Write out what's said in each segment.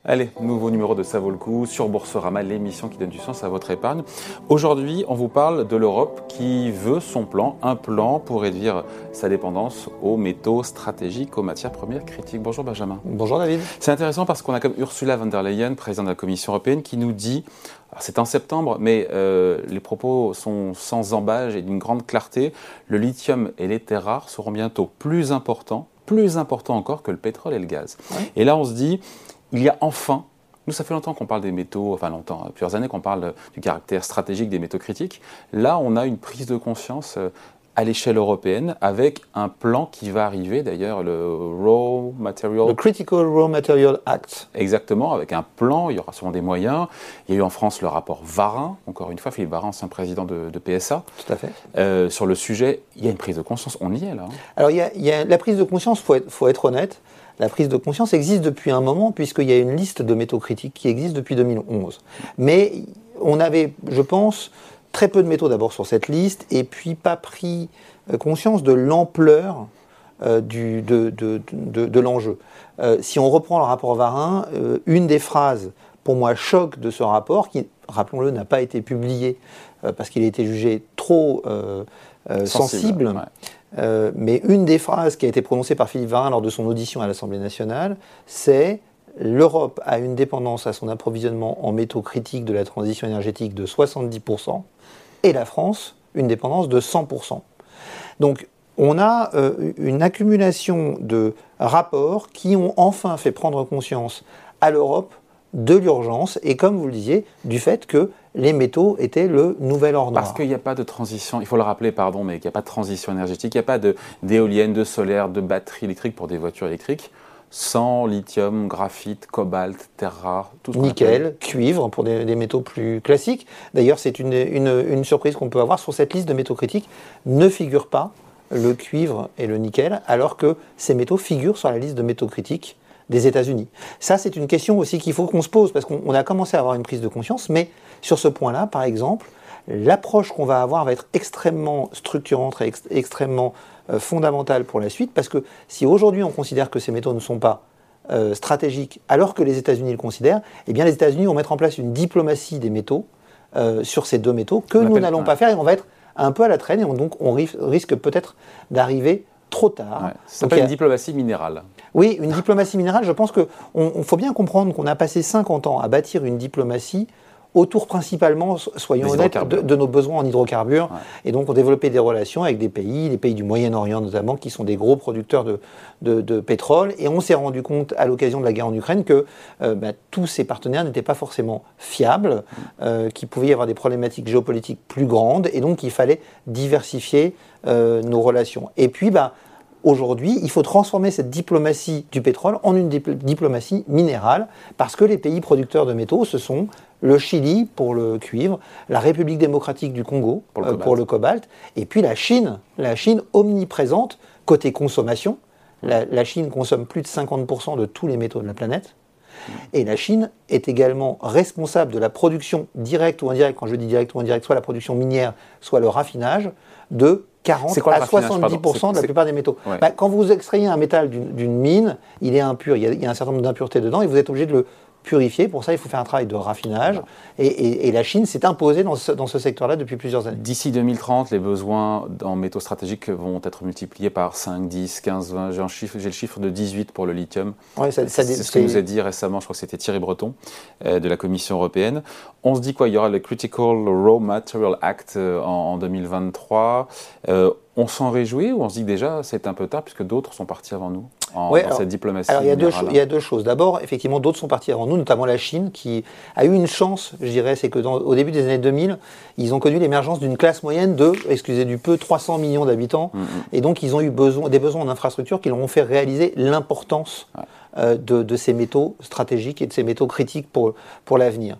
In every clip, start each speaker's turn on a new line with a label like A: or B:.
A: Allez, nouveau numéro de Ça vaut le coup sur Boursorama, l'émission qui donne du sens à votre épargne. Aujourd'hui, on vous parle de l'Europe qui veut son plan, un plan pour réduire sa dépendance aux métaux stratégiques, aux matières premières critiques. Bonjour Benjamin.
B: Bonjour David.
A: C'est intéressant parce qu'on a comme Ursula von der Leyen, présidente de la Commission européenne, qui nous dit, alors c'est en septembre, mais les propos sont sans embâge et d'une grande clarté, le lithium et les terres rares seront bientôt plus importants encore que le pétrole et le gaz. Ouais. Et là, on se dit, il y a enfin, nous ça fait longtemps qu'on parle des métaux, plusieurs années qu'on parle du caractère stratégique des métaux critiques. Là, on a une prise de conscience à l'échelle européenne avec un plan qui va arriver, d'ailleurs
B: le Critical Raw Material Act.
A: Exactement, avec un plan, il y aura sûrement des moyens. Il y a eu en France le rapport Varin, encore une fois, Philippe Varin, ancien président de PSA.
B: Tout à fait.
A: Sur le sujet, il y a une prise de conscience, on y est là.
B: Alors il y a la prise de conscience, faut être honnête. La prise de conscience existe depuis un moment, puisqu'il y a une liste de métaux critiques qui existe depuis 2011. Mais on avait, je pense, très peu de métaux d'abord sur cette liste, et puis pas pris conscience de l'ampleur de l'enjeu. Si on reprend le rapport Varin, une des phrases, pour moi, choc de ce rapport, qui, rappelons-le, n'a pas été publié parce qu'il a été jugé trop sensible. Ouais. Mais une des phrases qui a été prononcée par Philippe Varin lors de son audition à l'Assemblée nationale, c'est « L'Europe a une dépendance à son approvisionnement en métaux critiques de la transition énergétique de 70% et la France, une dépendance de 100%. » Donc, on a une accumulation de rapports qui ont enfin fait prendre conscience à l'Europe de l'urgence et, comme vous le disiez, du fait que les métaux étaient le nouvel or noir.
A: Parce qu'il n'y a pas de transition, il faut le rappeler, mais qu'il n'y a pas de transition énergétique, il n'y a pas d'éoliennes, de solaire, de batteries électriques pour des voitures électriques, sans lithium, graphite, cobalt, terres rares, tout ce qu'on
B: nickel, cuivre pour des métaux plus classiques. D'ailleurs, c'est une surprise qu'on peut avoir sur cette liste de métaux critiques. Ne figure pas le cuivre et le nickel, alors que ces métaux figurent sur la liste de métaux critiques des États-Unis. Ça, c'est une question aussi qu'il faut qu'on se pose, parce qu'on a commencé à avoir une prise de conscience, mais sur ce point-là, par exemple, l'approche qu'on va avoir va être extrêmement structurante et extrêmement fondamentale pour la suite, parce que si aujourd'hui on considère que ces métaux ne sont pas stratégiques, alors que les États-Unis le considèrent, eh bien les États-Unis vont mettre en place une diplomatie des métaux sur ces deux métaux que nous n'allons pas faire, et on va être un peu à la traîne, et donc on risque peut-être d'arriver trop tard.
A: Ouais, ça s'appelle une diplomatie minérale.
B: Oui, une diplomatie minérale, je pense qu'il faut bien comprendre qu'on a passé 50 ans à bâtir une diplomatie autour principalement, soyons honnêtes, de nos besoins en hydrocarbures. Ouais. Et donc on développait des relations avec des pays, les pays du Moyen-Orient notamment, qui sont des gros producteurs de pétrole. Et on s'est rendu compte à l'occasion de la guerre en Ukraine que tous ces partenaires n'étaient pas forcément fiables, qu'il pouvait y avoir des problématiques géopolitiques plus grandes, et donc il fallait diversifier nos relations. Et puis, aujourd'hui, il faut transformer cette diplomatie du pétrole en une diplomatie minérale, parce que les pays producteurs de métaux, ce sont le Chili pour le cuivre, la République démocratique du Congo pour le cobalt, et puis la Chine omniprésente côté consommation. La Chine consomme plus de 50% de tous les métaux de la planète. Et la Chine est également responsable de la production directe ou indirecte, quand je dis directe ou indirecte, soit la production minière, soit le raffinage, de 40 à 70% de la plupart des métaux. Ouais. Quand vous extrayez un métal d'une mine, il est impur, il y a un certain nombre d'impuretés dedans, et vous êtes obligé de le purifier. Pour ça, il faut faire un travail de raffinage. Et la Chine s'est imposée dans ce secteur-là depuis plusieurs années.
A: D'ici 2030, les besoins en métaux stratégiques vont être multipliés par 5, 10, 15, 20. J'ai le chiffre de 18 pour le lithium. Ouais, c'est ce que nous a dit récemment, je crois que c'était Thierry Breton, de la Commission européenne. On se dit quoi ? Il y aura le Critical Raw Material Act en 2023. On s'en réjouit ou on se dit que déjà c'est un peu tard puisque d'autres sont partis avant nous dans cette diplomatie?
B: Alors il y a deux choses. D'abord, effectivement, d'autres sont partis avant nous, notamment la Chine, qui a eu une chance, je dirais, c'est que au début des années 2000, ils ont connu l'émergence d'une classe moyenne de, excusez du peu, 300 millions d'habitants. Et donc ils ont eu des besoins en infrastructure qui leur ont fait réaliser l'importance de ces métaux stratégiques et de ces métaux critiques pour l'avenir.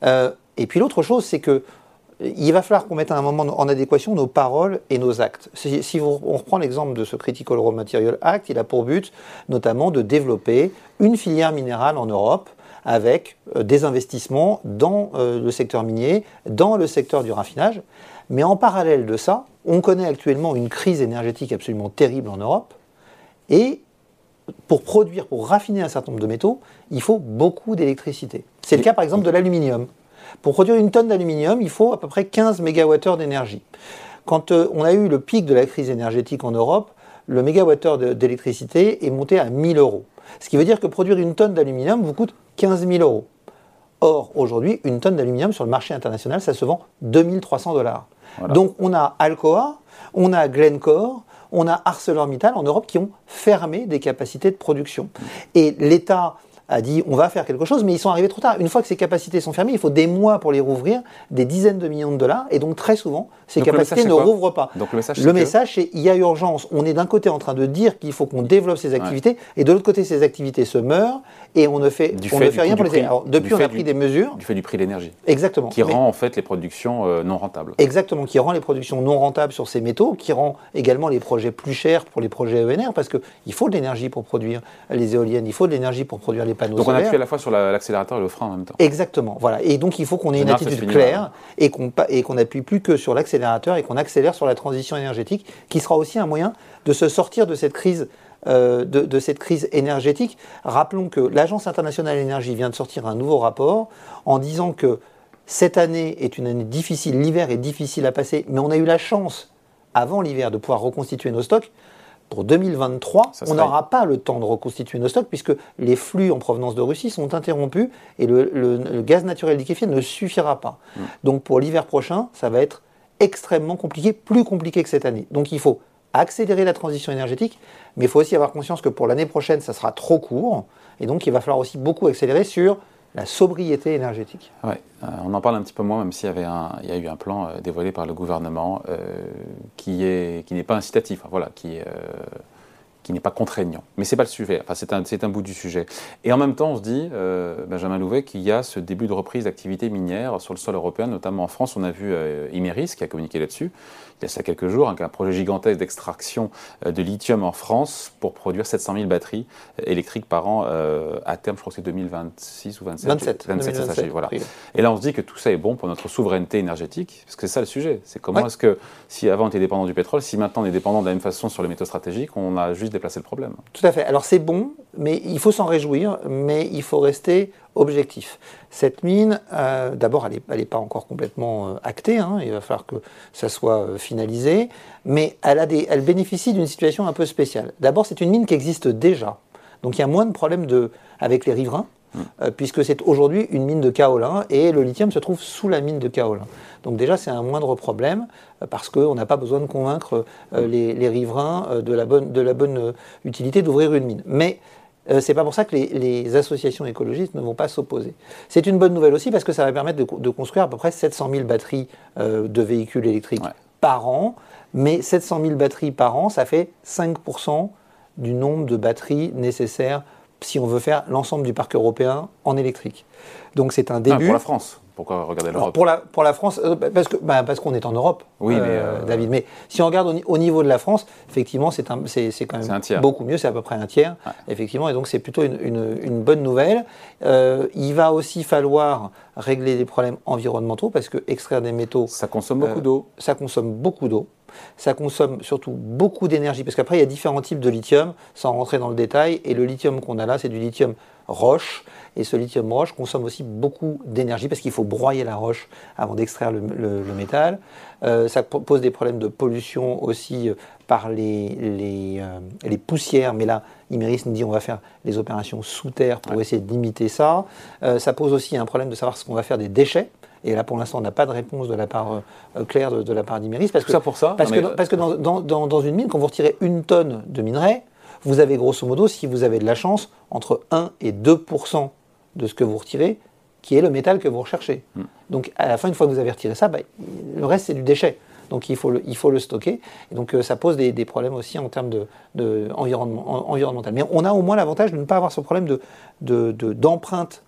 B: Et puis l'autre chose, c'est que il va falloir qu'on mette à un moment en adéquation nos paroles et nos actes. Si on reprend l'exemple de ce Critical Raw Material Act, il a pour but notamment de développer une filière minérale en Europe avec des investissements dans le secteur minier, dans le secteur du raffinage. Mais en parallèle de ça, on connaît actuellement une crise énergétique absolument terrible en Europe, et pour raffiner un certain nombre de métaux, il faut beaucoup d'électricité. C'est le cas par exemple de l'aluminium. Pour produire une tonne d'aluminium, il faut à peu près 15 mégawattheures d'énergie. Quand on a eu le pic de la crise énergétique en Europe, le mégawattheure d'électricité est monté à 1 000 euros. Ce qui veut dire que produire une tonne d'aluminium vous coûte 15 000 euros. Or, aujourd'hui, une tonne d'aluminium sur le marché international, ça se vend 2 300 $. Voilà. Donc on a Alcoa, on a Glencore, on a ArcelorMittal en Europe qui ont fermé des capacités de production. Et l'État a dit on va faire quelque chose, mais ils sont arrivés trop tard. Une fois que ces capacités sont fermées, il faut des mois pour les rouvrir, des dizaines de millions de dollars, et donc très souvent, ces capacités ne rouvrent pas.
A: Donc le
B: message, c'est il y a urgence. On est d'un côté en train de dire qu'il faut qu'on développe ces activités, et de l'autre côté, ces activités se meurent, et on ne fait rien pour les aider. Alors, depuis, on a pris des mesures.
A: Du fait du prix de l'énergie.
B: Exactement.
A: Qui rend en fait les productions non rentables.
B: Exactement, qui rend les productions non rentables sur ces métaux, qui rend également les projets plus chers pour les projets ENR, parce qu'il faut de l'énergie pour produire les éoliennes, il faut de l'énergie pour produire les panneaux solaires.
A: Donc on appuie à la fois sur l'accélérateur et le frein en même temps.
B: Exactement, voilà. Et donc il faut qu'on ait une attitude claire et qu'on n'appuie plus que sur l'accélérateur et qu'on accélère sur la transition énergétique, qui sera aussi un moyen de se sortir de cette crise. De cette crise énergétique. Rappelons que l'Agence internationale de l'énergie vient de sortir un nouveau rapport en disant que cette année est une année difficile, l'hiver est difficile à passer, mais on a eu la chance, avant l'hiver, de pouvoir reconstituer nos stocks. Pour 2023, on n'aura pas le temps de reconstituer nos stocks puisque les flux en provenance de Russie sont interrompus et le gaz naturel liquéfié ne suffira pas. Donc pour l'hiver prochain, ça va être extrêmement compliqué, plus compliqué que cette année. Donc il faut accélérer la transition énergétique, mais il faut aussi avoir conscience que pour l'année prochaine, ça sera trop court, et donc il va falloir aussi beaucoup accélérer sur la sobriété énergétique.
A: Ouais, on en parle un petit peu moins, même s'il y a eu un plan dévoilé par le gouvernement qui n'est pas incitatif, voilà, qui n'est pas contraignant. Mais ce n'est pas le sujet, enfin, c'est un bout du sujet. Et en même temps, on se dit, Benjamin Louvet, qu'il y a ce début de reprise d'activité minière sur le sol européen, notamment en France. On a vu Imerys qui a communiqué là-dessus, il y a ça quelques jours, un projet gigantesque d'extraction de lithium en France pour produire 700 000 batteries électriques par an à terme, je crois que c'est 2026 ou 27. 27, voilà. Et là, on se dit que tout ça est bon pour notre souveraineté énergétique, parce que c'est ça le sujet. C'est comment est-ce que, si avant on était dépendant du pétrole, si maintenant on est dépendant de la même façon sur les métaux stratégiques, on a juste déplacé le problème.
B: Tout à fait. Alors c'est bon, mais il faut s'en réjouir, mais il faut rester objectif. Cette mine, d'abord, elle n'est pas encore complètement actée, il va falloir que ça soit finalisé, mais elle bénéficie d'une situation un peu spéciale. D'abord, c'est une mine qui existe déjà, donc il y a moins de problèmes avec les riverains, puisque c'est aujourd'hui une mine de kaolin, et le lithium se trouve sous la mine de kaolin. Donc déjà, c'est un moindre problème, parce qu'on n'a pas besoin de convaincre les riverains de la bonne utilité d'ouvrir une mine. Mais c'est pas pour ça que les associations écologistes ne vont pas s'opposer. C'est une bonne nouvelle aussi parce que ça va permettre de construire à peu près 700 000 batteries de véhicules électriques par an. Mais 700 000 batteries par an, ça fait 5% du nombre de batteries nécessaires si on veut faire l'ensemble du parc européen en électrique. Donc c'est un début.
A: Pour la France. Pourquoi regarder l'Europe ?
B: Pour la France, parce qu'on est en Europe,
A: oui,
B: David. Mais si on regarde au niveau de la France, effectivement, c'est quand même beaucoup mieux, c'est à peu près un tiers, effectivement, et donc c'est plutôt une bonne nouvelle. Il va aussi falloir régler des problèmes environnementaux, parce que extraire des métaux...
A: Ça consomme beaucoup d'eau.
B: Ça consomme beaucoup d'eau. Ça consomme surtout beaucoup d'énergie, parce qu'après, il y a différents types de lithium, sans rentrer dans le détail, et le lithium qu'on a là, c'est du lithium roche, et ce lithium roche consomme aussi beaucoup d'énergie, parce qu'il faut broyer la roche avant d'extraire le métal. Ça pose des problèmes de pollution aussi par les poussières, mais là, Imerys nous dit on va faire les opérations sous terre pour essayer de limiter ça. Ça pose aussi un problème de savoir ce qu'on va faire des déchets. Et là, pour l'instant, on n'a pas de réponse de la part claire de la part d'Imerys. Parce que dans une mine, quand vous retirez une tonne de minerai, vous avez grosso modo, si vous avez de la chance, entre 1 et 2% de ce que vous retirez, qui est le métal que vous recherchez. Donc, à la fin, une fois que vous avez retiré ça, le reste, c'est du déchet. Donc, il faut le stocker. Et donc, ça pose des problèmes aussi en termes environnemental. Mais on a au moins l'avantage de ne pas avoir ce problème d'empreinte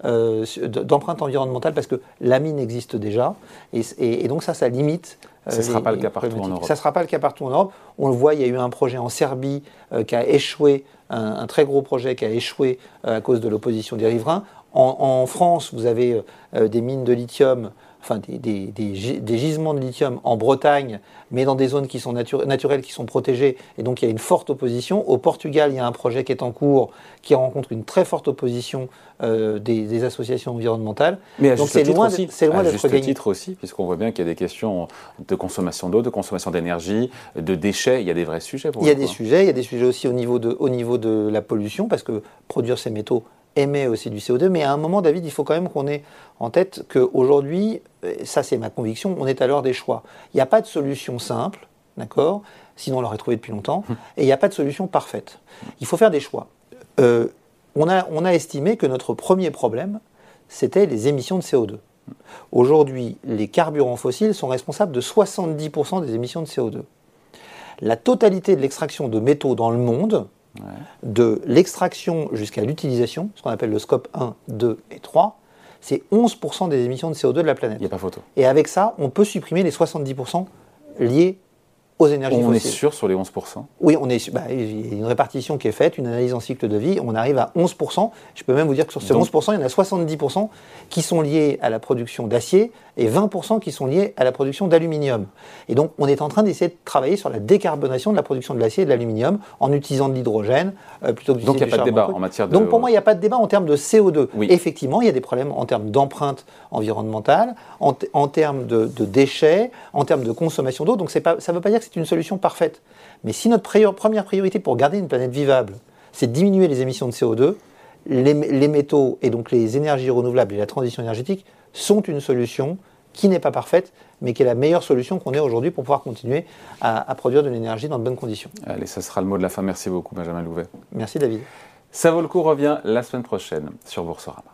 B: environnementale parce que la mine existe déjà et donc ça limite.
A: Ça ne sera pas le cas partout en Europe.
B: Ça ne sera pas le cas partout en Europe. On le voit, il y a eu un projet en Serbie qui a échoué, un très gros projet qui a échoué à cause de l'opposition des riverains. En France, vous avez des mines de lithium enfin des gisements de lithium en Bretagne, mais dans des zones qui sont naturelles, qui sont protégées, et donc il y a une forte opposition. Au Portugal, il y a un projet qui est en cours, qui rencontre une très forte opposition des associations environnementales.
A: Mais à
B: donc
A: juste titre aussi,
B: c'est loin d'être gagné.
A: Titre aussi, puisqu'on voit bien qu'il y a des questions de consommation d'eau, de consommation d'énergie, de déchets. Il y a des vrais sujets pour
B: Il y a des sujets aussi au niveau de la pollution, parce que produire ces métaux émet aussi du CO2, mais à un moment, David, il faut quand même qu'on ait en tête qu'aujourd'hui, ça c'est ma conviction, on est à l'heure des choix. Il n'y a pas de solution simple, d'accord ? Sinon on l'aurait trouvé depuis longtemps, et il n'y a pas de solution parfaite. Il faut faire des choix. On a estimé que notre premier problème, c'était les émissions de CO2. Aujourd'hui, les carburants fossiles sont responsables de 70% des émissions de CO2. La totalité de l'extraction de métaux dans le monde, de l'extraction jusqu'à l'utilisation, ce qu'on appelle le scope 1, 2 et 3, c'est 11% des émissions de CO2 de la planète.
A: Il n'y a pas photo.
B: Et avec ça, on peut supprimer les 70% liés aux énergies fossiles.
A: On est sûr sur les 11%? Oui,
B: il y a une répartition qui est faite, une analyse en cycle de vie, on arrive à 11%. Je peux même vous dire que sur ces 11%, il y en a 70% qui sont liés à la production d'acier et 20% qui sont liés à la production d'aluminium. Et donc, on est en train d'essayer de travailler sur la décarbonation de la production de l'acier et de l'aluminium en utilisant de l'hydrogène plutôt que d'utiliser du charbon.
A: Donc, il n'y a pas de débat en matière de...
B: Donc, pour moi, il n'y a pas de débat en termes de CO2.
A: Oui.
B: Effectivement, il y a des problèmes en termes d'empreinte environnementale, en termes de déchets, en termes de consommation d'eau. Donc, ça ne veut pas dire que c'est une solution parfaite. Mais si notre première priorité pour garder une planète vivable, c'est de diminuer les émissions de CO2, les métaux et donc les énergies renouvelables et la transition énergétique sont une solution qui n'est pas parfaite, mais qui est la meilleure solution qu'on ait aujourd'hui pour pouvoir continuer à produire de l'énergie dans de bonnes conditions.
A: Allez, ça sera le mot de la fin. Merci beaucoup, Benjamin Louvet.
B: Merci, David.
A: Ça vaut le coup revient la semaine prochaine sur Boursorama.